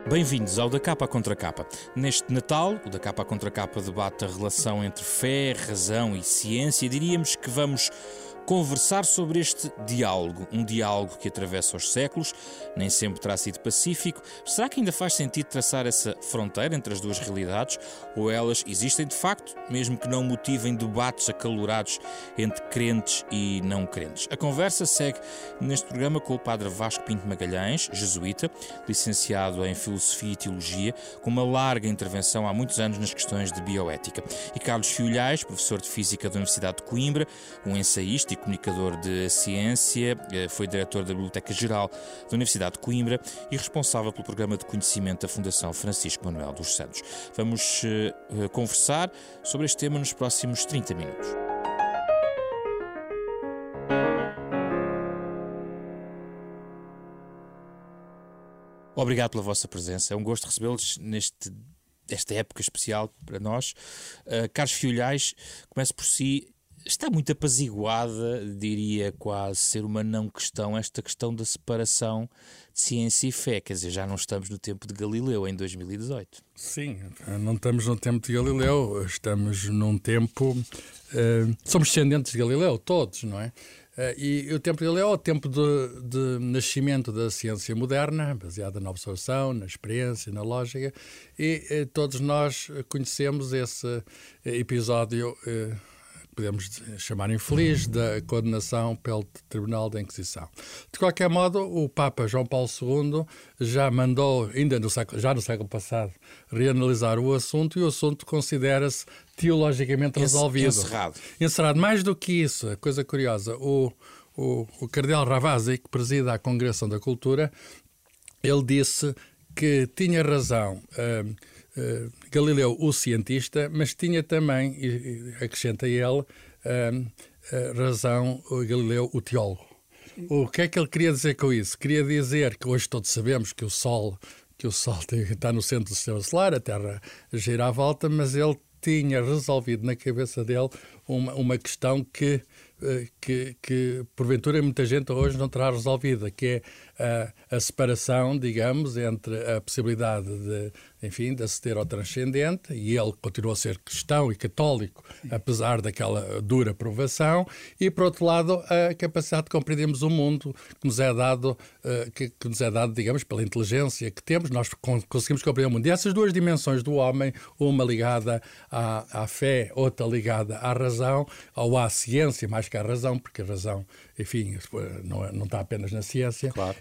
Bem-vindos ao Da Capa à Contra Capa. Neste Natal, o Da Capa à Contra Capa debate a relação entre fé, razão e ciência. Diríamos que vamos conversar sobre este diálogo, um diálogo que atravessa os séculos, nem sempre terá sido pacífico. Será que ainda faz sentido traçar essa fronteira entre as duas realidades? Ou elas existem de facto, mesmo que não motivem debates acalorados entre crentes e não crentes? A conversa segue neste programa com o padre Vasco Pinto Magalhães, jesuíta, licenciado em Filosofia e Teologia, com uma larga intervenção há muitos anos nas questões de bioética. E Carlos Fiolhais, professor de Física da Universidade de Coimbra, um ensaísta e comunicador de ciência, foi diretor da Biblioteca Geral da Universidade de Coimbra e responsável pelo programa de conhecimento da Fundação Francisco Manuel dos Santos. Vamos conversar sobre este tema nos próximos 30 minutos. Obrigado pela vossa presença. É um gosto recebê-los nesta época especial para nós. Carlos Fiolhais, começo por si. Está muito apaziguada, diria quase ser uma não questão, esta questão da separação de ciência e fé. Quer dizer, já não estamos no tempo de Galileu, em 2018. Sim, não estamos no tempo de Galileu, estamos num tempo... somos descendentes de Galileu, todos, não é? E o tempo de Galileu é o tempo de nascimento da ciência moderna, baseada na observação, na experiência, na lógica, e todos nós conhecemos esse episódio... podemos chamar infeliz, da condenação pelo Tribunal da Inquisição. De qualquer modo, o Papa João Paulo II já mandou, já no século passado, reanalisar o assunto, e o assunto considera-se teologicamente resolvido. Encerrado. Mais do que isso, a coisa curiosa, o cardeal Ravasi, que presida a Congregação da Cultura, ele disse que tinha razão Galileu, o cientista, mas tinha também, acrescenta ele, razão Galileu, o teólogo. O que é que ele queria dizer com isso? Queria dizer que hoje todos sabemos que o Sol está no centro do sistema solar, a Terra gira à volta, mas ele tinha resolvido na cabeça dele uma questão que porventura muita gente hoje não terá resolvida, que é a separação, digamos, entre a possibilidade de aceder ao transcendente, e ele continua a ser cristão e católico, apesar daquela dura provação, e por outro lado a capacidade de compreendermos o mundo que nos é dado, digamos, pela inteligência que temos. Nós conseguimos compreender o mundo. E essas duas dimensões do homem, uma ligada à fé, outra ligada à razão, ou à ciência, mais que à razão, porque a razão, enfim, não está apenas na ciência, claro.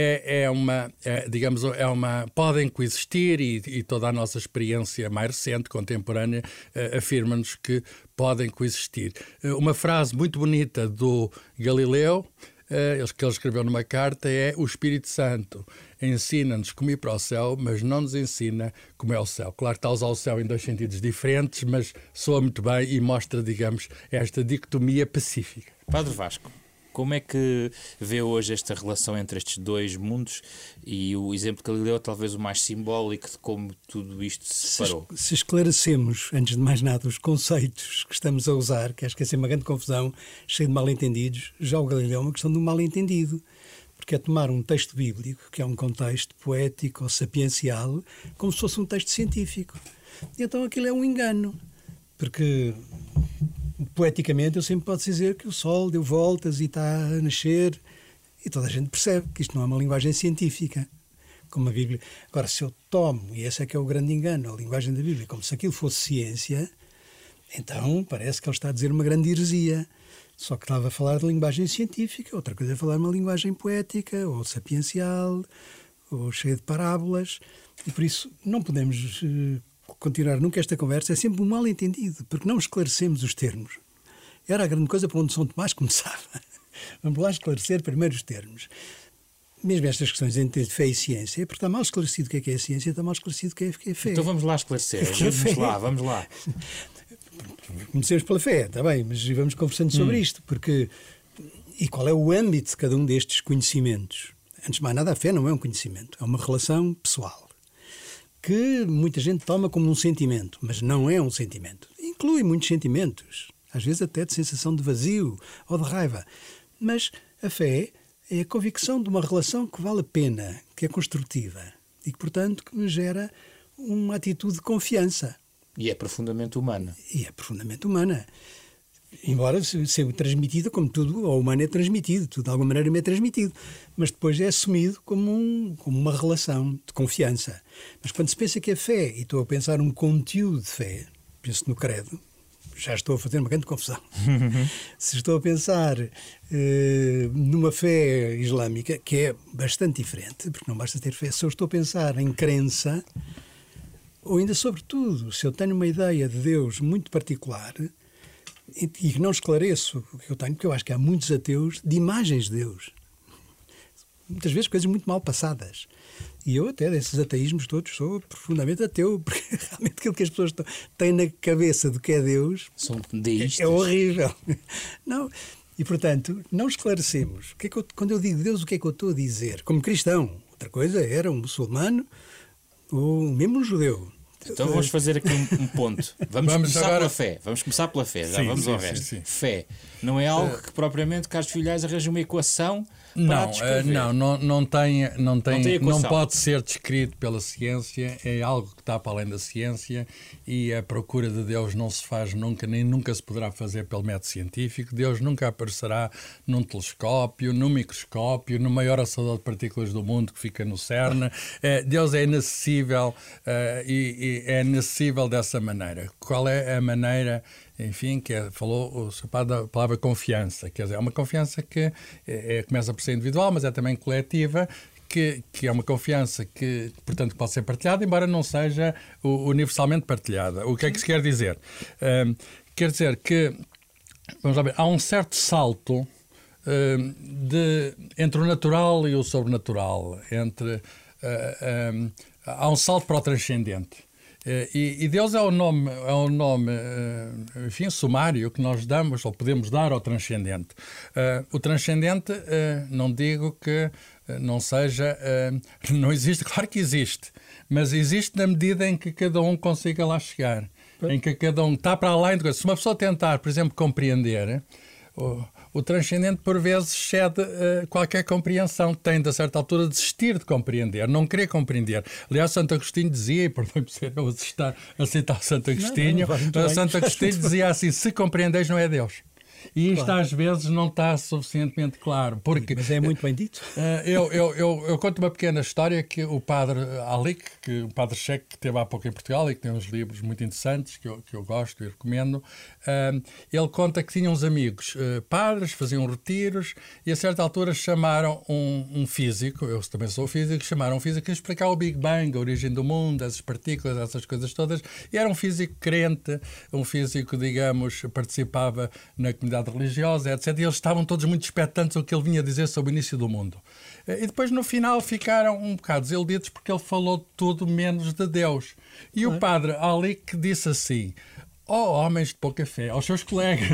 Podem coexistir, e toda a nossa experiência mais recente, contemporânea, afirma-nos que podem coexistir. Uma frase muito bonita do Galileu, que ele escreveu numa carta, é: o Espírito Santo ensina-nos como ir para o céu, mas não nos ensina como é o céu. Claro que está a usar o céu em dois sentidos diferentes, mas soa muito bem e mostra, digamos, esta dicotomia pacífica. Padre Vasco, como é que vê hoje esta relação entre estes dois mundos, e o exemplo de Galileu é talvez o mais simbólico de como tudo isto se separou? Se esclarecemos, antes de mais nada, os conceitos que estamos a usar, que acho que é sempre uma grande confusão, cheio de mal-entendidos, já o Galileu é uma questão de um mal-entendido, porque é tomar um texto bíblico, que é um contexto poético ou sapiencial, como se fosse um texto científico. E então aquilo é um engano, porque... poeticamente, eu sempre posso dizer que o Sol deu voltas e está a nascer, e toda a gente percebe que isto não é uma linguagem científica, como a Bíblia. Agora, se eu tomo, e esse é que é o grande engano, a linguagem da Bíblia, como se aquilo fosse ciência, então parece que ele está a dizer uma grande heresia. Só que estava a falar de linguagem científica, outra coisa é falar uma linguagem poética, ou sapiencial, ou cheia de parábolas, e por isso não podemos... continuar nunca esta conversa, é sempre um mal-entendido, porque não esclarecemos os termos. Era a grande coisa para onde São Tomás começava. Vamos lá esclarecer primeiro os termos. Mesmo estas questões entre fé e ciência, porque está mal esclarecido o que é ciência, está mal esclarecido o que é fé. Então vamos lá esclarecer. Vamos lá. Comecemos pela fé, está bem, mas vamos conversando sobre isto, porque... E qual é o âmbito de cada um destes conhecimentos? Antes de mais nada, a fé não é um conhecimento, é uma relação pessoal, que muita gente toma como um sentimento, mas não é um sentimento. Inclui muitos sentimentos, às vezes até de sensação de vazio ou de raiva. Mas a fé é a convicção de uma relação que vale a pena, que é construtiva. e que, portanto, que me gera uma atitude de confiança. E é profundamente humana. E é profundamente humana. Embora seja transmitida como tudo, o humano é transmitido, tudo de alguma maneira me é transmitido, mas depois é assumido como uma relação de confiança. Mas quando se pensa que é fé, e estou a pensar um conteúdo de fé, penso no credo, já estou a fazer uma grande confusão. Se estou a pensar numa fé islâmica, que é bastante diferente, porque não basta ter fé, se eu estou a pensar em crença, ou ainda sobretudo, se eu tenho uma ideia de Deus muito particular e que não esclareço o que eu tenho, porque eu acho que há muitos ateus de imagens de Deus. Muitas vezes coisas muito mal passadas. E eu até desses ateísmos todos sou profundamente ateu, porque realmente aquilo que as pessoas têm na cabeça do que é Deus São deístas. é horrível. Não. E, portanto, não esclarecemos. Quando eu digo Deus, o que é que eu estou a dizer? Como cristão. Outra coisa era um muçulmano ou mesmo um judeu. Então vamos fazer aqui um ponto. Vamos começar agora... pela fé. Vamos começar pela fé. Já vamos ao resto. Sim. Fé. Não é algo que propriamente Carlos Filhais arranja uma equação para descrever. Não pode ser descrito pela ciência, é algo que está para além da ciência e a procura de Deus não se faz nunca, nem nunca se poderá fazer pelo método científico. Deus nunca aparecerá num telescópio, num microscópio, no maior acelerador de partículas do mundo que fica no CERN. Deus é inacessível e é inacessível dessa maneira. Qual é a maneira... Enfim, falou a palavra confiança, quer dizer, é uma confiança que começa por ser individual, mas é também coletiva, que é uma confiança que, portanto, pode ser partilhada, embora não seja universalmente partilhada. O que é que se quer dizer? Quer dizer que, vamos lá ver, há um certo salto entre o natural e o sobrenatural, há um salto para o transcendente. E Deus é o nome enfim, sumário que nós damos ou podemos dar ao transcendente. O transcendente, não digo que não seja, não existe, claro que existe, mas existe na medida em que cada um consiga lá chegar, em que cada um está para além de coisas. Se uma pessoa tentar, por exemplo, compreender, o transcendente por vezes excede qualquer compreensão, tem de a certa altura desistir de compreender, não querer compreender. Aliás, Santo Agostinho dizia, e perdão-me por ser eu a citar Santo Agostinho, Santo Agostinho dizia assim: se compreendeis não é Deus. E isto às vezes não está suficientemente claro. Porque, mas é muito bem dito. Eu conto uma pequena história que o padre Alic, o padre checo que esteve há pouco em Portugal e que tem uns livros muito interessantes que eu gosto e recomendo, ele conta que tinha uns amigos padres, faziam retiros e a certa altura chamaram um físico, eu também sou físico, chamaram um físico que explicava o Big Bang, a origem do mundo, essas partículas, essas coisas todas, e era um físico crente, um físico, digamos, participava na comunidade religiosa, etc. E eles estavam todos muito expectantes ao que ele vinha dizer sobre o início do mundo. E depois, no final, ficaram um bocado desiludidos porque ele falou de tudo menos de Deus. E o padre Alic disse assim: homens de pouca fé, aos seus colegas,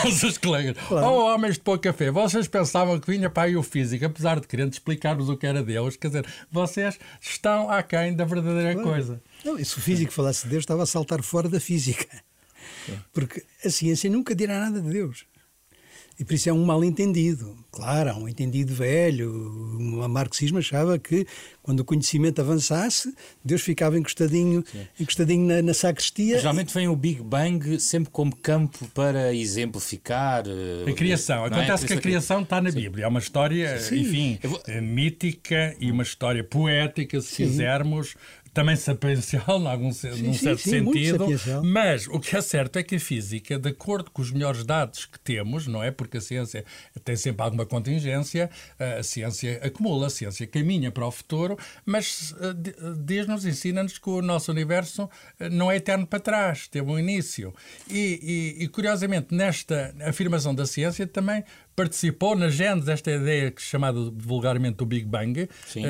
homens de pouca fé, vocês pensavam que vinha para aí o físico, apesar de querendo explicar-vos o que era Deus, quer dizer, vocês estão aquém da verdadeira coisa. Não, e se o físico falasse de Deus, estava a saltar fora da física. Porque a ciência nunca dirá nada de Deus. E por isso é um mal-entendido. Claro, há um entendido velho. O marxismo achava que, quando o conhecimento avançasse, Deus ficava encostadinho na sacristia. Geralmente vem o Big Bang sempre como campo para exemplificar a criação. Acontece que a criação está na Bíblia. É uma história, enfim, mítica e uma história poética, se quisermos, também sapiencial, num certo sentido, mas o que é certo é que a física, de acordo com os melhores dados que temos, não é? Porque a ciência tem sempre alguma contingência, a ciência acumula, a ciência caminha para o futuro, mas diz-nos, ensina-nos que o nosso universo não é eterno para trás, teve um início. E curiosamente, nesta afirmação da ciência também participou na gênese desta ideia que é chamada vulgarmente do Big Bang.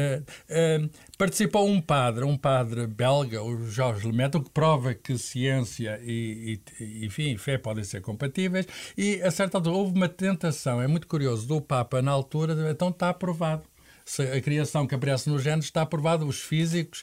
Participou um padre belga, o Georges Lemaitre, que prova que ciência e fé podem ser compatíveis, e a certa altura houve uma tentação, é muito curioso, do Papa na altura, então está aprovado. Se a criação que aparece nos genes está provado, os físicos,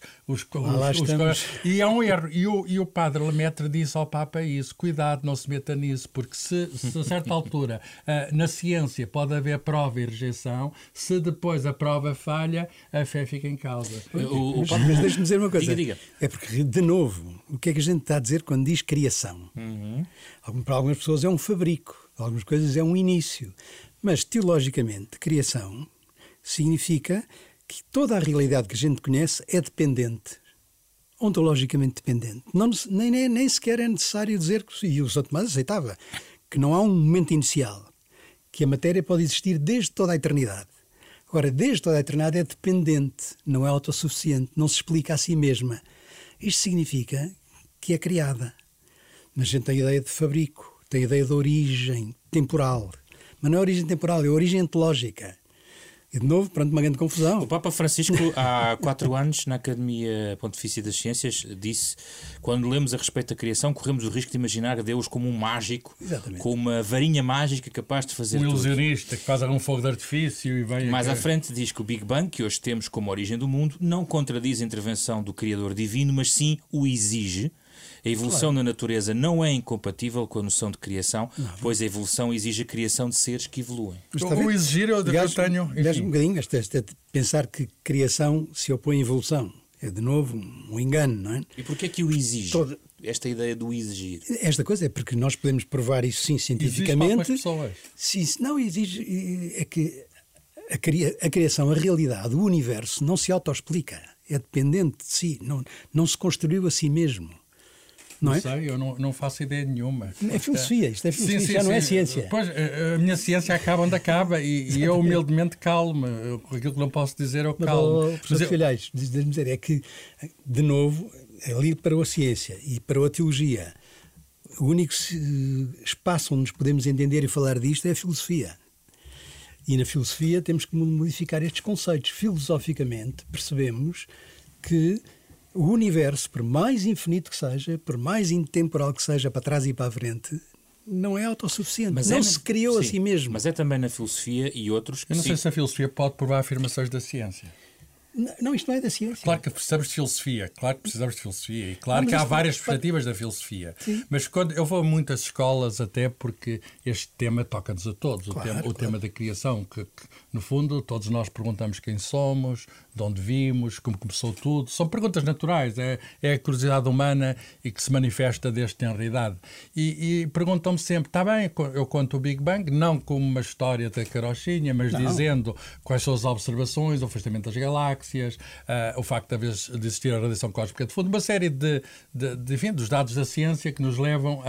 e é um erro. E o padre Lemaitre disse ao Papa isso: cuidado, não se meta nisso, porque se a certa altura na ciência pode haver prova e rejeição, se depois a prova falha, a fé fica em causa. Mas deixe-me dizer uma coisa. Diga. É porque, de novo, o que é que a gente está a dizer quando diz criação? Para algumas pessoas é um fabrico, para algumas coisas é um início. Mas, teologicamente, criação significa que toda a realidade que a gente conhece é dependente. Ontologicamente dependente. Nem sequer é necessário dizer, e o São Tomás aceitava, que não há um momento inicial, que a matéria pode existir desde toda a eternidade. Agora, desde toda a eternidade é dependente, não é autossuficiente, não se explica a si mesma. Isto significa que é criada. Mas a gente tem a ideia de fabrico, tem a ideia de origem temporal. Mas não é origem temporal, é origem ontológica. E de novo, pronto, uma grande confusão. O Papa Francisco, há 4 anos, na Academia Pontifícia das Ciências, disse: quando lemos a respeito da criação, corremos o risco de imaginar Deus como um mágico, Exatamente, com uma varinha mágica capaz de fazer tudo. Um ilusionista que faz algum fogo de artifício e vem... Mais à frente diz que o Big Bang, que hoje temos como origem do mundo, não contradiz a intervenção do Criador Divino, mas sim o exige. A evolução na natureza não é incompatível com a noção de criação, pois a evolução exige a criação de seres que evoluem. O exigir eu tenho... Um bocadinho, pensar que criação se opõe à evolução. É, de novo, um engano, não é? E porquê é que o exige? Esta ideia do exigir? Esta coisa é porque nós podemos provar isso, sim, cientificamente. Exige para algumas pessoas. Sim, não exige... É que a criação, a realidade, o universo não se autoexplica. É dependente de si. Não se construiu a si mesmo. Não é? Sei, eu não faço ideia nenhuma. É filosofia, isto é filosofia, sim, já não é ciência. Pois, a minha ciência acaba onde acaba e eu humildemente calmo. Aquilo que não posso dizer eu calmo. Professor Filhais, deixe-me dizer, é que, de novo, ali para a ciência e para a teologia, o único espaço onde nos podemos entender e falar disto é a filosofia. E na filosofia temos que modificar estes conceitos. Filosoficamente percebemos que o universo, por mais infinito que seja, por mais intemporal que seja para trás e para a frente, não é autossuficiente. Mas não se criou a si mesmo. Mas é também na filosofia e outros que... Eu não sei se a filosofia pode provar afirmações da ciência. Não, isto não é da ciência. Claro que precisamos de filosofia, e claro que há várias perspectivas da filosofia. Sim. Mas quando eu vou a muitas escolas, até porque este tema toca-nos a todos, o tema da criação, que no fundo todos nós perguntamos quem somos, de onde vimos, como começou tudo. São perguntas naturais, é a curiosidade humana e que se manifesta desde tenra-idade. E perguntam-me sempre, está bem, eu conto o Big Bang, não como uma história da carochinha, mas dizendo quais são as observações, o afastamento das galáxias, o facto de existir a radiação cósmica de fundo, uma série enfim, dos dados da ciência que nos levam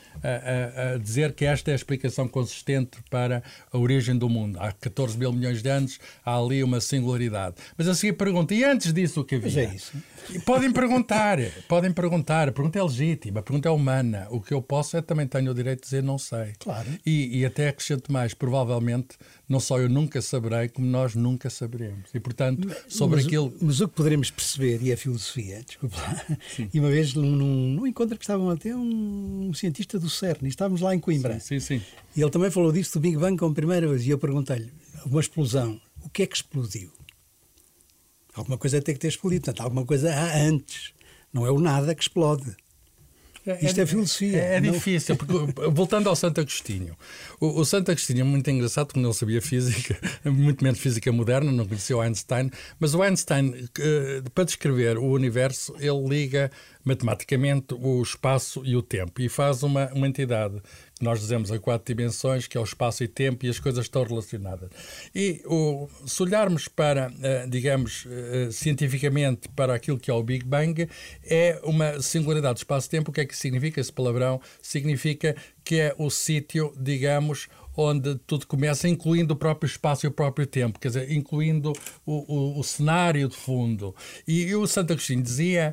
a dizer que esta é a explicação consistente para a origem do mundo. Há 14 mil milhões de anos, há ali uma singularidade. Mas a seguir pergunta, e antes disso o que havia? Mas é isso. Podem perguntar, a pergunta é legítima, a pergunta é humana. O que eu posso também tenho o direito de dizer não sei. Claro. E até acrescento mais, provavelmente, não só eu nunca saberei, como nós nunca saberemos. E, portanto, Mas o que poderemos perceber, e a filosofia, desculpa lá, e uma vez num encontro que estavam até um cientista do CERN, e estávamos lá em Coimbra. Sim. E ele também falou disso do Big Bang como primeira vez, e eu perguntei-lhe, uma explosão, o que é que explodiu? Alguma coisa tem que ter explodido, portanto, alguma coisa há antes. Não é o nada que explode. Isto é filosofia. É difícil, porque voltando ao Santo Agostinho, o Santo Agostinho é muito engraçado porque não sabia física, muito menos física moderna, não conhecia o Einstein, mas o Einstein, para descrever o universo, ele liga matematicamente o espaço e o tempo e faz uma entidade que nós dizemos a 4 dimensões, que é o espaço e tempo, e as coisas estão relacionadas. E se olharmos para, digamos, cientificamente para aquilo que é o Big Bang, é uma singularidade do espaço-tempo. O que é que significa esse palavrão? Significa que é o sítio, digamos, onde tudo começa, incluindo o próprio espaço e o próprio tempo, quer dizer, incluindo o cenário de fundo. E o Santo Agostinho dizia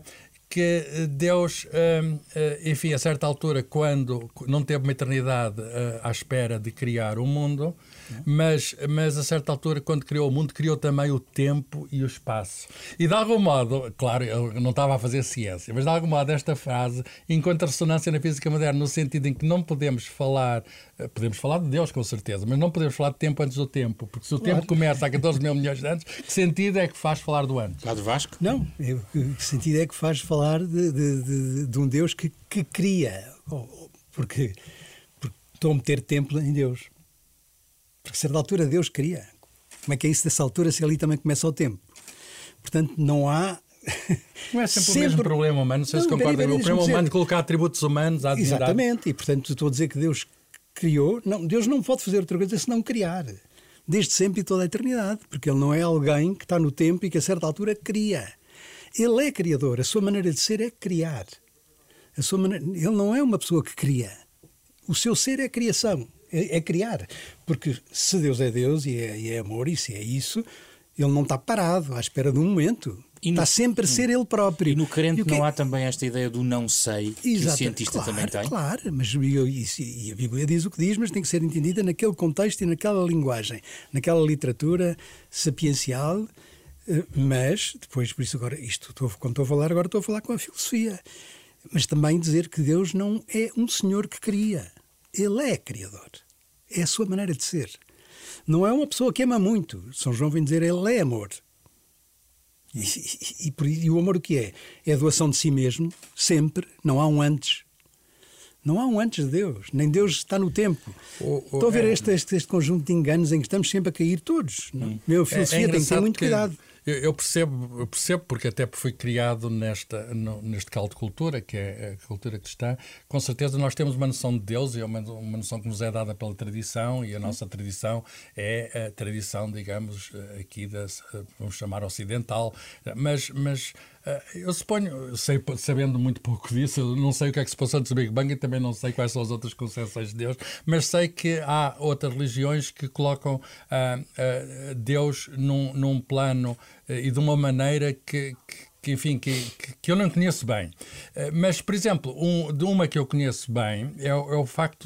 que Deus, enfim, a certa altura, quando não teve uma eternidade à espera de criar o mundo, mas a certa altura, quando criou o mundo, criou também o tempo e o espaço. E de algum modo, claro, eu não estava a fazer ciência, mas de algum modo esta frase encontra ressonância na física moderna, no sentido em que não podemos falar de Deus com certeza, mas não podemos falar de tempo antes do tempo, porque se o tempo começa há 14 mil milhões de anos, que sentido é que faz falar do antes? Padre Vasco? Não, que sentido é que faz falar de um Deus que cria, porque estou a meter tempo em Deus. Porque a certa altura Deus cria. Como é que é isso dessa altura se ali também começa o tempo? Portanto, não há... Não é sempre o mesmo problema humano, não sei se concorda. O problema humano de colocar atributos humanos à divindade. Exatamente, e portanto estou a dizer que Deus criou... Não, Deus não pode fazer outra coisa senão criar. Desde sempre e toda a eternidade. Porque Ele não é alguém que está no tempo e que a certa altura cria. Ele é criador, a sua maneira de ser é criar. Ele não é uma pessoa que cria. O seu ser é criação. É criar, porque se Deus é Deus e é amor, e se é isso, Ele não está parado à espera de um momento, está sempre a ser Ele próprio. E no crente não há também esta ideia do não sei, que o cientista também tem? Claro, mas a Bíblia diz o que diz, mas tem que ser entendida naquele contexto e naquela linguagem, naquela literatura sapiencial, mas depois, por isso agora, quando estou a falar agora, estou a falar com a filosofia, mas também dizer que Deus não é um Senhor que cria. Ele é criador. É a sua maneira de ser. Não é uma pessoa que ama muito. São João vem dizer ele é amor. E o amor o que é? É a doação de si mesmo, sempre. Não há um antes. Não há um antes de Deus. Nem Deus está no tempo. Estou a ver este conjunto de enganos em que estamos sempre a cair todos. Meu filosofia tem que ter muito cuidado. Eu percebo porque até fui criado neste caldo de cultura, que é a cultura cristã. Com certeza nós temos uma noção de Deus, e é uma noção que nos é dada pela tradição, e a nossa tradição é a tradição, digamos, aqui vamos chamar ocidental, mas eu suponho, sabendo muito pouco disso, eu não sei o que é que se passou antes do Big Bang e também não sei quais são as outras concepções de Deus, mas sei que há outras religiões que colocam Deus num plano e de uma maneira que eu não conheço bem. Mas, por exemplo, de uma que eu conheço bem é o facto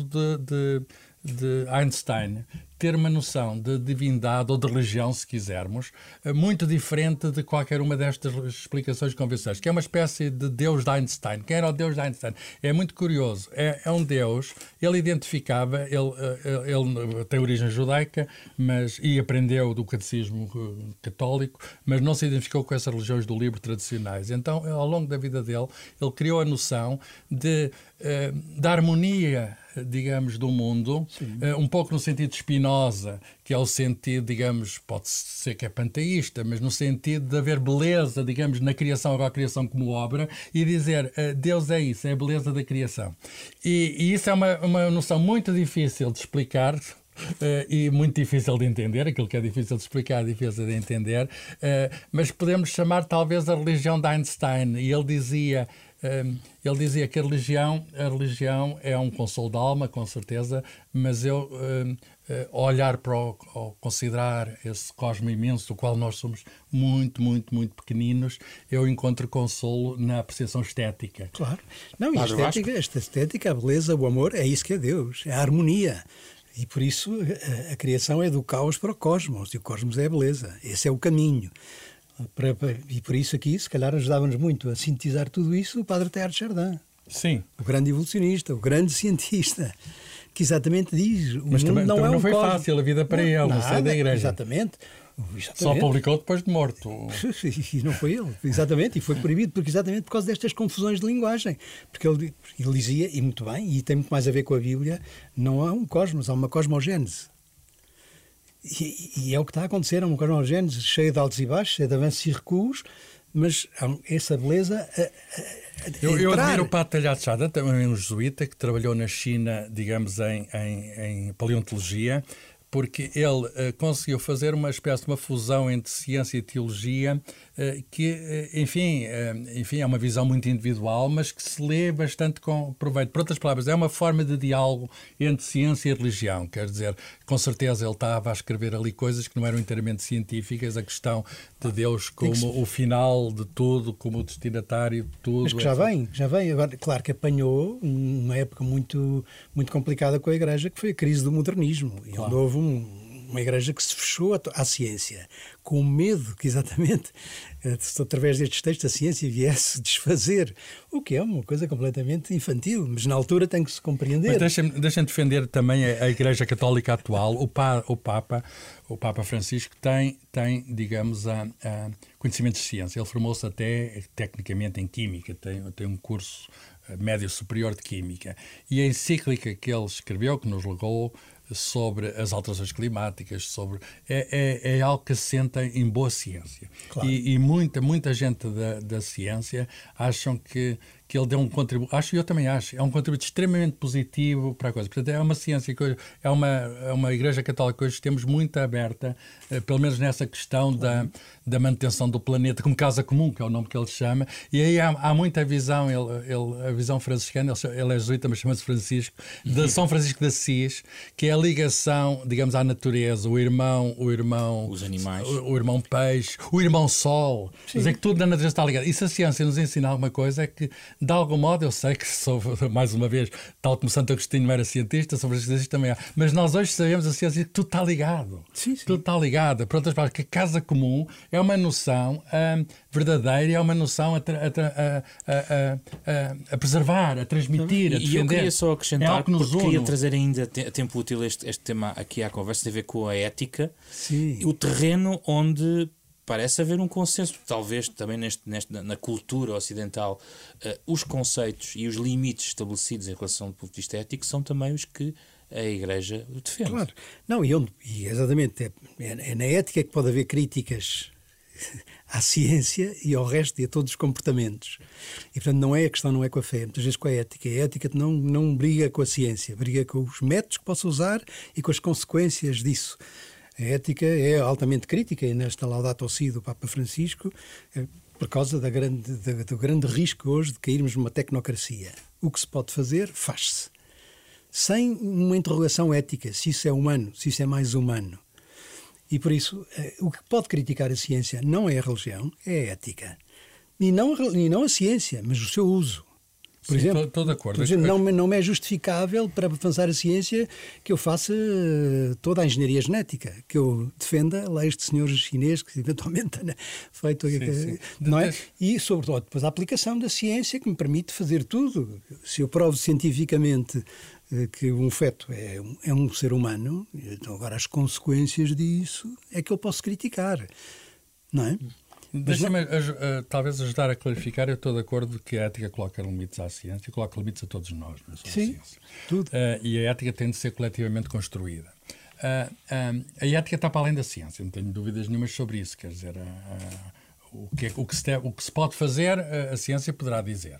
de Einstein ter uma noção de divindade ou de religião, se quisermos, muito diferente de qualquer uma destas explicações convencionais, que é uma espécie de Deus de Einstein. Quem era o Deus de Einstein? É muito curioso. É um Deus, ele identificava, ele tem origem judaica, e aprendeu do catecismo católico, mas não se identificou com essas religiões do livro tradicionais. Então, ao longo da vida dele, ele criou a noção da harmonia, digamos, do mundo, um pouco no sentido de Spinoza, que é o sentido, digamos, pode ser que é panteísta, mas no sentido de haver beleza, digamos, na criação, agora a criação como obra, e dizer, Deus é isso, é a beleza da criação. E isso é uma noção muito difícil de explicar, e muito difícil de entender. Aquilo que é difícil de explicar é difícil de entender, mas podemos chamar talvez a religião de Einstein. E ele dizia que a religião é um consolo da alma, com certeza, mas eu, olhar ao considerar esse cosmo imenso do qual nós somos muito, muito, muito pequeninos, eu encontro consolo na apreciação estética. Claro. Não, e esta estética, a beleza, o amor, é isso que é Deus, é a harmonia. E por isso a criação é do caos para o cosmos, e o cosmos é a beleza. Esse é o caminho. E por isso aqui, se calhar, ajudava-nos muito a sintetizar tudo isso o Padre Teilhard de Chardin. Sim. O grande evolucionista, o grande cientista, que exatamente diz... Mas também não foi fácil a vida para ele, não sai da igreja. Exatamente. Só publicou depois de morto. E não foi ele, exatamente, e foi proibido exatamente por causa destas confusões de linguagem. Porque ele dizia, e muito bem, e tem muito mais a ver com a Bíblia, não há um cosmos, há uma cosmogénese. E é o que está a acontecer, é uma cosmogénese cheia de altos e baixos, cheia de avanços e recuos, mas essa beleza... Eu admiro o Padre Teilhard de Chardin, também um jesuíta, que trabalhou na China, digamos, em paleontologia, porque ele conseguiu fazer uma espécie de uma fusão entre ciência e teologia que, enfim, é uma visão muito individual, mas que se lê bastante com proveito. Por outras palavras, é uma forma de diálogo entre ciência e religião. Quer dizer, com certeza ele estava a escrever ali coisas que não eram inteiramente científicas, a questão de Deus como o final de tudo, como o destinatário de tudo. Mas que já vem. Agora, claro que apanhou uma época muito, muito complicada com a Igreja, que foi a crise do modernismo. E onde houve uma Igreja que se fechou à ciência, com medo que exatamente, através destes textos, a ciência viesse desfazer, o que é uma coisa completamente infantil, mas na altura tem que se compreender. Mas deixem defender também a Igreja Católica atual. O Papa Francisco tem digamos, conhecimentos de ciência. Ele formou-se até tecnicamente em Química, tem um curso médio superior de Química. E a encíclica que ele escreveu, que nos legou, sobre as alterações climáticas, é algo que assenta em boa ciência. Claro. E muita gente da ciência acham que ele deu um contributo, eu também acho, é um contributo extremamente positivo para a coisa. Portanto, é uma ciência que é uma Igreja Católica que hoje temos muito aberta, pelo menos nessa questão da manutenção do planeta como causa comum, que é o nome que ele chama, e aí há muita visão, a visão franciscana, ele é jesuíta, mas chama-se Francisco, de São Francisco de Assis, que é a ligação, digamos, à natureza, o irmão, os animais, o irmão peixe, o irmão sol, quer dizer que tudo na natureza está ligado. E se a ciência nos ensina alguma coisa é que, de algum modo, eu sei que sou, mais uma vez, tal como Santo Agostinho era cientista, São Francisco de Assis também é, mas nós hoje sabemos a ciência que tudo está ligado. Sim. Tudo está ligado. Por outras palavras, que a casa comum é uma noção verdadeira, é uma noção a preservar, a transmitir, a defender. E eu queria só acrescentar, porque queria trazer ainda a tempo útil este tema aqui à conversa, tem a ver com a ética. Sim. O terreno onde parece haver um consenso, talvez também na cultura ocidental, os conceitos e os limites estabelecidos em relação do ponto de vista ético são também os que a Igreja defende. Claro. Não, e exatamente, é na ética que pode haver críticas à ciência e ao resto e a todos os comportamentos. E, portanto, a questão não é com a fé, muitas vezes com a ética. A ética não briga com a ciência, briga com os métodos que possa usar e com as consequências disso. A ética é altamente crítica, e nesta Laudato Si do Papa Francisco, por causa do grande risco hoje de cairmos numa tecnocracia. O que se pode fazer, faz-se. Sem uma interrogação ética, se isso é humano, se isso é mais humano. E por isso, o que pode criticar a ciência não é a religião, é a ética. E não a ciência, mas o seu uso. Por exemplo, estou de acordo. Por exemplo, não me é justificável para avançar a ciência que eu faça toda a engenharia genética, que eu defenda lá este senhor chinês que eventualmente tenha feito. Sim. Não é? E, sobretudo, depois a aplicação da ciência que me permite fazer tudo. Se eu provo cientificamente que um feto é um ser humano, então agora as consequências disso é que eu posso criticar. Não é? Deixa-me talvez ajudar a clarificar. Eu estou de acordo que a ética coloca limites à ciência, coloca limites a todos nós, não é só à ciência. Tudo. E a ética tem de ser coletivamente construída. A ética está para além da ciência, não tenho dúvidas nenhumas sobre isso. Quer dizer, o que se pode fazer, a ciência poderá dizer.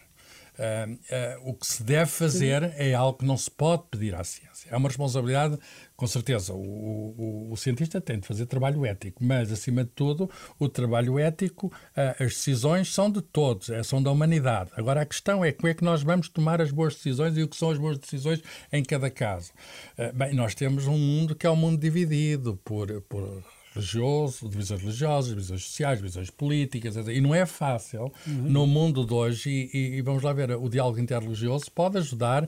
O que se deve fazer é algo que não se pode pedir à ciência. É uma responsabilidade, com certeza. O cientista tem de fazer trabalho ético, mas, acima de tudo, o trabalho ético, as decisões são de todos, são da humanidade. Agora, a questão é como é que nós vamos tomar as boas decisões e o que são as boas decisões em cada caso. Nós temos um mundo que é um mundo dividido por religioso, divisões religiosas, divisões sociais, divisões políticas, e não é fácil no mundo de hoje, e vamos lá ver, o diálogo interreligioso pode ajudar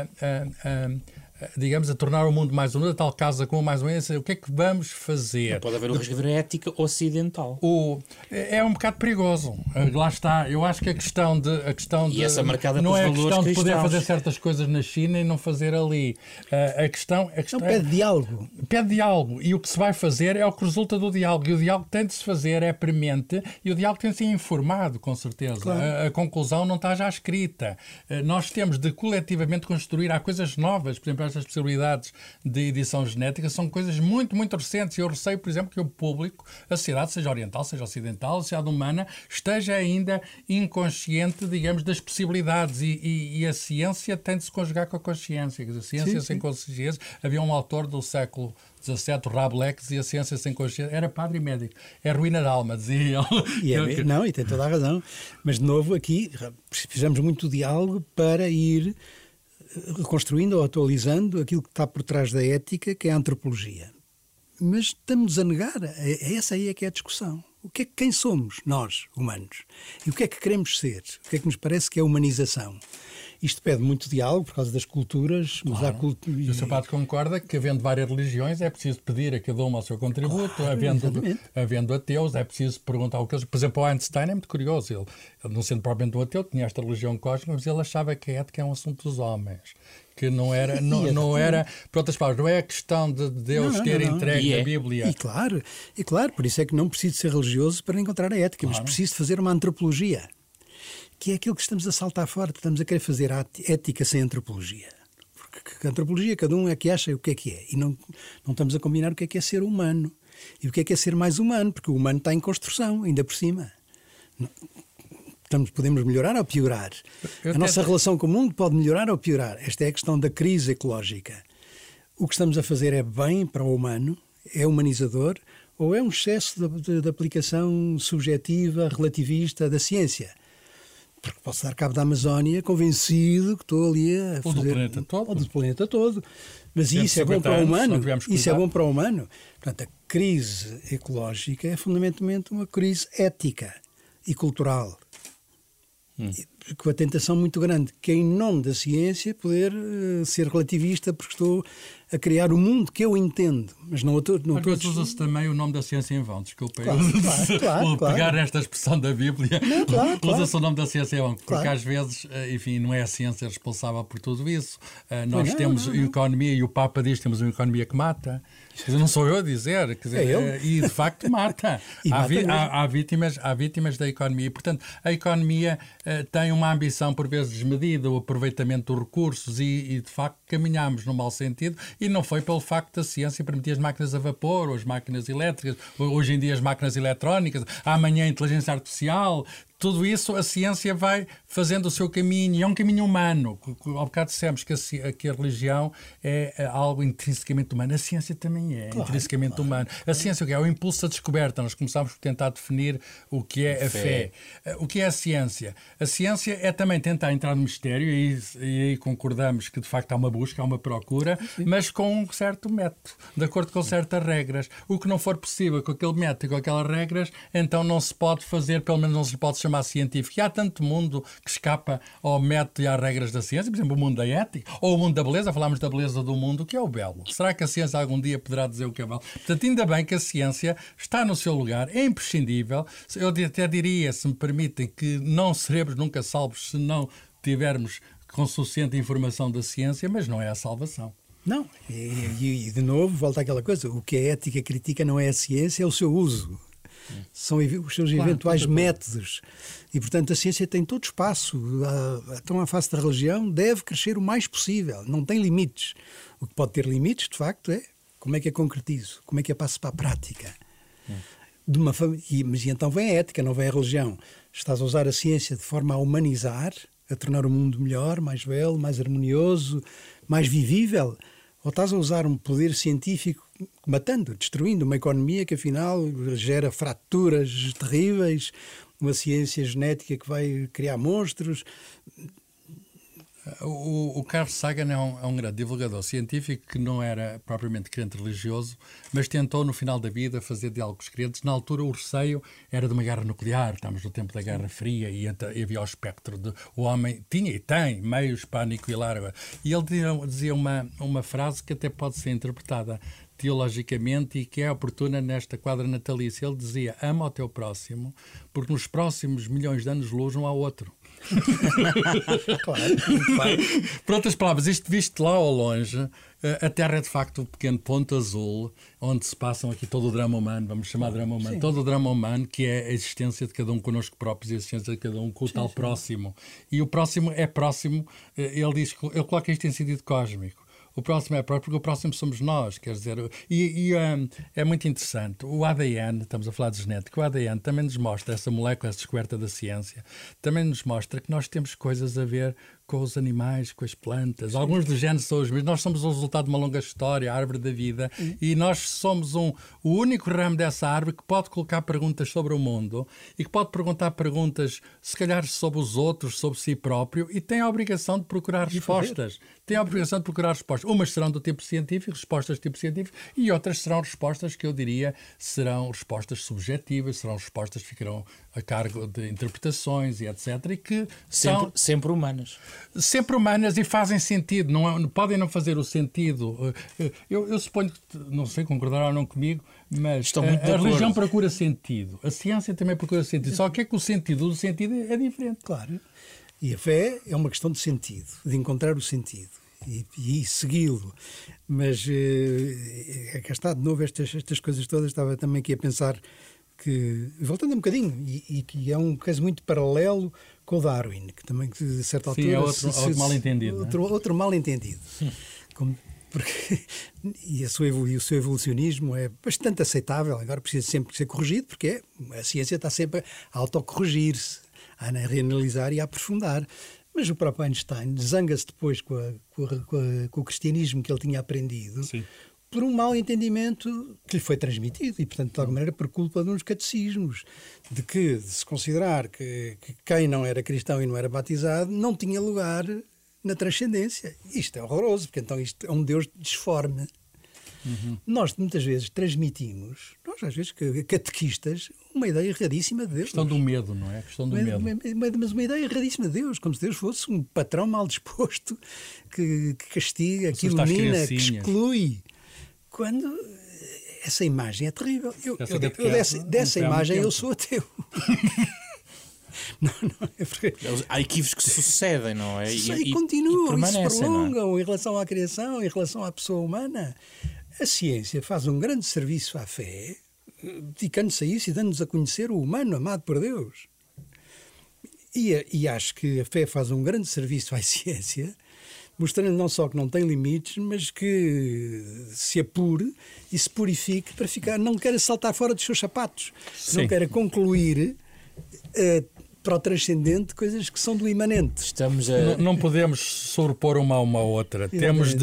digamos, a tornar o mundo mais unido, tal casa com mais unido. O que é que vamos fazer? Pode haver o risco de ética ocidental. É um bocado perigoso. Lá está. Eu acho que a questão de e essa marcada não é a valores questão de poder cristãos. fazer certas coisas na China e não fazer ali. A questão não, pede diálogo. Pede diálogo. E o que se vai fazer é o que resulta do diálogo. E o diálogo tem de se fazer, é premente, e o diálogo tem de ser informado, com certeza. Claro. A conclusão não está já escrita. Nós temos de coletivamente construir. Há coisas novas. Por exemplo, essas possibilidades de edição genética são coisas muito, muito recentes. Eu receio, por exemplo, que o público, a sociedade, seja oriental, seja ocidental, a sociedade humana, esteja ainda inconsciente, digamos, das possibilidades e a ciência tem de se conjugar com a consciência. A ciência sem consciência. Havia um autor do século XVII, Rabelais, que dizia: ciência sem consciência, era padre e médico, é ruína da alma, dizia ele. Não, e tem toda a razão. Mas, de novo, aqui precisamos muito de diálogo para ir reconstruindo ou atualizando aquilo que está por trás da ética, que é a antropologia. Mas estamos a negar, essa aí é que é a discussão. Quem somos nós, humanos? E o que é que queremos ser? O que é que nos parece que é a humanização? Isto pede muito diálogo por causa das culturas. Claro. Mas e o Sr. Padre concorda que, havendo várias religiões, é preciso pedir a cada uma o seu contributo. Claro, havendo ateus, é preciso perguntar o que eles... Por exemplo, o Einstein é muito curioso. Ele, não sendo propriamente um ateu, tinha esta religião cósmica, mas ele achava que a ética é um assunto dos homens. Que não era, por outras palavras, não é a questão de Deus ter entregue a Bíblia. E claro, por isso é que não preciso ser religioso para encontrar a ética, mas preciso fazer uma antropologia, que é aquilo que estamos a saltar fora, estamos a querer fazer a ética sem antropologia. Porque a antropologia, cada um é que acha o que é, e não estamos a combinar o que é ser humano, e o que é ser mais humano, porque o humano está em construção, ainda por cima. Podemos melhorar ou piorar. A nossa relação com o mundo pode melhorar ou piorar. Esta é a questão da crise ecológica. O que estamos a fazer é bem para o humano? É humanizador? Ou é um excesso de aplicação subjetiva, relativista da ciência? Porque posso dar cabo da Amazónia convencido que estou ali a fazer... do planeta todo. Mas isso é bom para o humano? Isso é bom para o humano? Portanto, a crise ecológica é fundamentalmente uma crise ética e cultural. Com a tentação muito grande, que é em nome da ciência poder ser relativista, porque estou a criar o mundo que eu entendo, mas não estou... Às vezes usa-se também o nome da ciência em vão, desculpa. Claro. Pegar esta expressão da Bíblia, usa-se o nome da ciência em vão, porque às vezes, enfim, não é a ciência responsável por tudo isso. Nós temos economia, e o Papa diz que temos uma economia que mata. Quer dizer, não sou eu a dizer, quer dizer, e de facto mata. Há vítimas da economia. E, portanto, a economia tem uma ambição por vezes desmedida, o aproveitamento dos recursos e de facto caminhamos no mau sentido, e não foi pelo facto da ciência permitir as máquinas a vapor, ou as máquinas elétricas, hoje em dia as máquinas eletrónicas, amanhã a inteligência artificial. Tudo isso a ciência vai fazendo o seu caminho, e é um caminho humano. Ao bocado dissemos que a religião é algo intrinsecamente humano. A ciência também é intrinsecamente humano. A ciência é o impulso da descoberta. Nós começámos por tentar definir o que é a fé. O que é a ciência? A ciência é também tentar entrar no mistério, e aí concordamos que de facto há uma busca, há uma procura, mas com um certo método, de acordo com certas regras. O que não for possível com aquele método e com aquelas regras, então não se pode fazer, pelo menos não se pode chamar científico. E há tanto mundo que escapa ao método e às regras da ciência, por exemplo, o mundo da ética, ou o mundo da beleza. Falámos da beleza do mundo, o que é o belo. Será que a ciência algum dia poderá dizer o que é belo? Portanto, ainda bem que a ciência está no seu lugar, é imprescindível. Eu até diria, se me permitem, que não seremos nunca salvos se não tivermos com suficiente informação da ciência, mas não é a salvação. Não, e de novo, volta àquela coisa, o que a ética critica não é a ciência, é o seu uso. São os seus eventuais métodos. E, portanto, a ciência tem todo espaço. Então, a face da religião deve crescer o mais possível. Não tem limites. O que pode ter limites, de facto, é como é que é concretizo, como é que é passo para a prática. Mas então vem a ética, não vem a religião. Estás a usar a ciência de forma a humanizar, a tornar o mundo melhor, mais belo, mais harmonioso, mais vivível? Ou estás a usar um poder científico matando, destruindo uma economia que afinal gera fraturas terríveis, uma ciência genética que vai criar monstros? O Carl Sagan é um grande divulgador científico que não era propriamente crente religioso, mas tentou no final da vida fazer diálogos crentes. Na altura o receio era de uma guerra nuclear, estamos no tempo da Guerra Fria, e havia o espectro de o homem tinha e tem meios para aniquilar. E ele dizia uma frase que até pode ser interpretada teologicamente e que é oportuna nesta quadra natalícia. Ele dizia: ama o teu próximo, porque nos próximos milhões de anos-luz não há outro. Claro, muito bem. Por outras palavras, isto visto lá ao longe, a Terra é de facto um pequeno ponto azul onde se passam aqui todo o drama humano, vamos chamar de drama humano, todo o drama humano, que é a existência de cada um connosco próprios e a existência de cada um com o tal próximo. E o próximo é próximo, ele coloca isto em sentido cósmico. o próximo é próprio, porque o próximo somos nós, quer dizer, é muito interessante. O ADN, estamos a falar de genética, o ADN também nos mostra, essa molécula, essa descoberta da ciência, também nos mostra que nós temos coisas a ver com os animais, com as plantas. Alguns dos genes são os mesmos. Nós somos o resultado de uma longa história, a árvore da vida, e nós somos o único ramo dessa árvore que pode colocar perguntas sobre o mundo e que pode perguntar perguntas, se calhar, sobre os outros, sobre si próprio, e tem a obrigação de procurar respostas. Tem a obrigação de procurar respostas. Umas serão do tipo científico, respostas do tipo científico, e outras serão respostas que eu diria serão respostas subjetivas, serão respostas que ficarão a cargo de interpretações e etc. E que são sempre humanas. Sempre humanas e fazem sentido, podem não fazer o sentido. Eu suponho que, não sei, concordará ou não comigo, mas a religião procura sentido, a ciência também procura sentido, só que é que o sentido do sentido é diferente. Claro. E a fé é uma questão de sentido, de encontrar o sentido e segui-lo. Mas cá está, de novo, estas coisas todas, estava também aqui a pensar que, voltando um bocadinho, e que é um caso muito paralelo com o Darwin, que também, de certa altura... Sim, é outro mal-entendido. Outro mal-entendido. E o seu evolucionismo é bastante aceitável, agora precisa sempre ser corrigido, porque a ciência está sempre a autocorrigir-se, a reanalisar e a aprofundar. Mas o próprio Einstein zanga-se depois com o cristianismo que ele tinha aprendido. Sim. Por um mau entendimento que lhe foi transmitido e, portanto, de alguma maneira, por culpa de uns catecismos, de se considerar que quem não era cristão e não era batizado não tinha lugar na transcendência. Isto é horroroso, porque então isto é um Deus disforme. Nós, muitas vezes, transmitimos, nós às vezes, catequistas, uma ideia erradíssima de Deus. Questão do medo, não é? Questão do medo. Mas uma ideia erradíssima de Deus, como se Deus fosse um patrão mal disposto, que castiga, que ilumina, que exclui. Quando essa imagem é terrível. Dessa imagem eu sou ateu. Não, é porque... Há equívocos que sucedem, não é? E continuam, e se prolongam em relação à criação, em relação à pessoa humana. A ciência faz um grande serviço à fé, dedicando-se a isso e dando-nos a conhecer o humano amado por Deus. E acho que a fé faz um grande serviço à ciência, mostrando não só que não tem limites, mas que se apure e se purifique para ficar, não queira saltar fora dos seus sapatos, não queira concluir para o transcendente coisas que são do imanente. Não podemos sobrepor uma a uma outra. Temos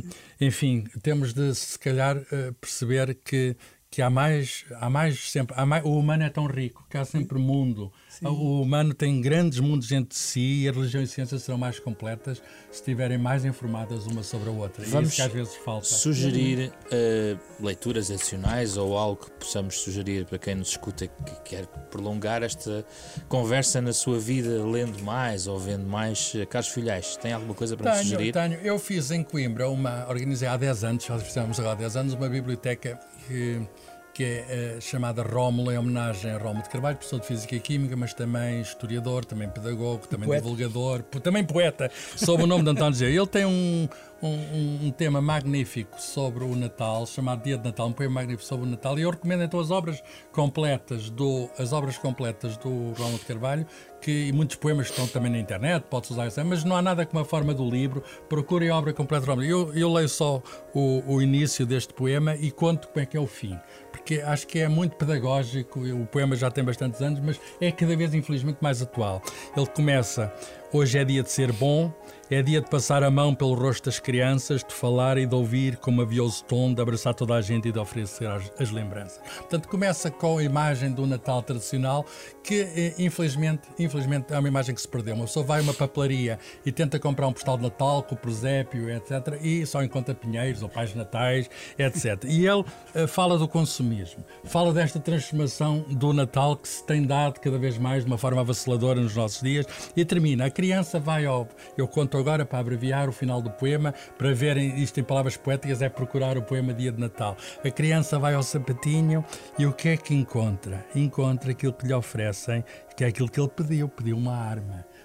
de se calhar perceber que há mais sempre. O humano é tão rico que há sempre mundo. Sim. O humano tem grandes mundos entre si e a religião e a ciência serão mais completas se estiverem mais informadas uma sobre a outra. Vamos isso que às vezes falta. Sugerir leituras adicionais ou algo que possamos sugerir para quem nos escuta que quer prolongar esta conversa na sua vida, lendo mais ou vendo mais. Carlos Filhais, tem alguma coisa para nos sugerir? Tenho. Eu fiz em Coimbra organizei há 10 anos, já fizemos agora há 10 anos, uma biblioteca que é chamada Rómulo, em homenagem a Rómulo de Carvalho, professor de Física e Química, mas também historiador, também pedagogo, também divulgador, também poeta, sob o nome de António Gê. Ele tem um tema magnífico sobre o Natal, chamado Dia de Natal, um poema magnífico sobre o Natal, e eu recomendo então as obras completas do Rómulo de Carvalho, e muitos poemas estão também na internet, pode-se usar isso, mas não há nada como a forma do livro. Procurem a obra completa do Rómulo. Eu leio só o início deste poema e conto como é que é o fim, porque acho que é muito pedagógico. O poema já tem bastantes anos, mas é cada vez, infelizmente, mais atual. Ele começa: hoje é dia de ser bom, é dia de passar a mão pelo rosto das crianças, de falar e de ouvir com mavioso tom, de abraçar toda a gente e de oferecer as lembranças. Portanto, começa com a imagem do Natal tradicional, que infelizmente é uma imagem que se perdeu. Uma pessoa vai a uma papelaria e tenta comprar um postal de Natal com o presépio, etc., e só encontra pinheiros ou pais natais, etc. E ele fala do consumismo, fala desta transformação do Natal que se tem dado cada vez mais de uma forma avassaladora nos nossos dias, e termina: a criança vai ao... Eu conto agora, para abreviar o final do poema, para verem isto em palavras poéticas, é procurar o poema Dia de Natal. A criança vai ao sapatinho e o que é que encontra? Encontra aquilo que lhe oferecem, que é aquilo que ele pediu uma arma.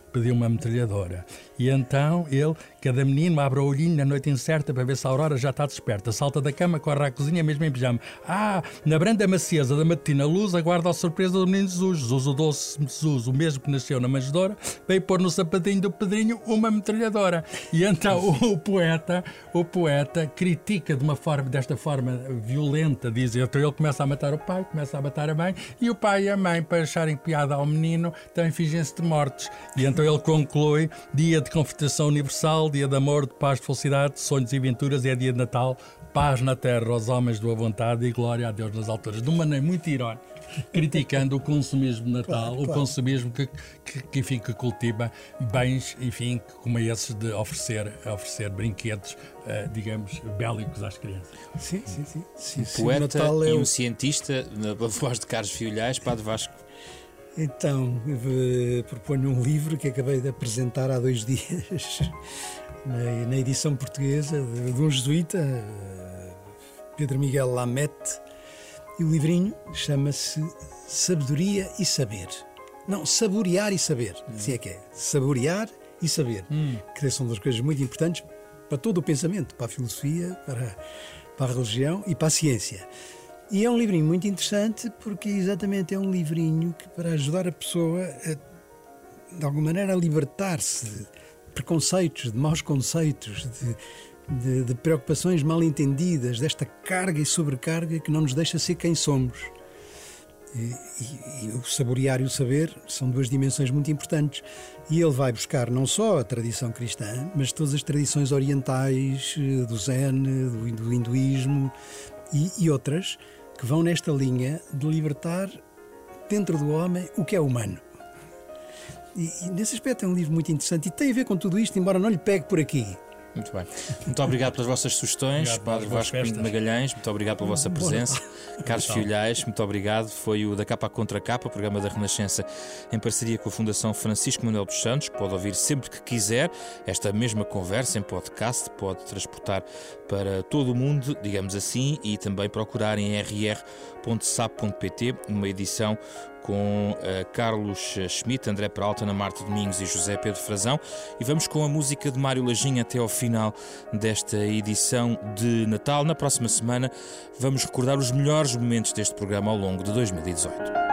pediu uma metralhadora. E então ele, cada menino, abre o olhinho na noite incerta para ver se a Aurora já está desperta. Salta da cama, corre à cozinha, mesmo em pijama. Na branda macieza da matina luz, aguarda a surpresa do menino Jesus. Jesus, o doce Jesus, o mesmo que nasceu na manjedoura, veio pôr no sapatinho do Pedrinho uma metralhadora. E então o poeta critica desta forma violenta, diz, então ele começa a matar o pai, começa a matar a mãe, e o pai e a mãe, para acharem piada ao menino, também fingem-se de mortos. E então ele conclui: dia de confrontação universal, dia de amor, de paz, de felicidade, de sonhos e aventuras, é dia de Natal, paz na terra aos homens de boa vontade e glória a Deus nas alturas. De uma maneira muito irónica, criticando o consumismo de Natal, o consumismo que cultiva bens, enfim, como esses de oferecer brinquedos, digamos, bélicos às crianças. Sim. Um poeta e um cientista, na voz de Carlos Filhais, Padre Vasco. Então, proponho um livro que acabei de apresentar há 2 dias, na edição portuguesa de um jesuíta, Pedro Miguel Lamette, e o livrinho chama-se Sabedoria e Saber. Não, Saborear e Saber, assim é que é. Saborear e Saber, que são 2 coisas muito importantes para todo o pensamento, para a filosofia, para a religião e para a ciência. E é um livrinho muito interessante porque exatamente é um livrinho que, para ajudar a pessoa de alguma maneira a libertar-se de preconceitos, de maus conceitos, de preocupações mal entendidas, desta carga e sobrecarga que não nos deixa ser quem somos. E o saborear e o saber são 2 dimensões muito importantes. E ele vai buscar não só a tradição cristã, mas todas as tradições orientais, do Zen, do hinduísmo e outras, que vão nesta linha de libertar dentro do homem o que é humano. E nesse aspecto é um livro muito interessante e tem a ver com tudo isto, embora não lhe pegue por aqui. Muito bem. Muito obrigado pelas vossas sugestões, Padre Vasco Magalhães, muito obrigado pela vossa presença. Carlos Filhais, muito obrigado. Foi o Da Capa à Contra Capa, o programa da Renascença em parceria com a Fundação Francisco Manuel dos Santos, que pode ouvir sempre que quiser. Esta mesma conversa em podcast pode transportar para todo o mundo, digamos assim, e também procurar em rr.sap.pt, uma edição com Carlos Schmidt, André Peralta, Ana Marta Domingos e José Pedro Frazão. E vamos com a música de Mário Lajinha até ao final desta edição de Natal. Na próxima semana vamos recordar os melhores momentos deste programa ao longo de 2018.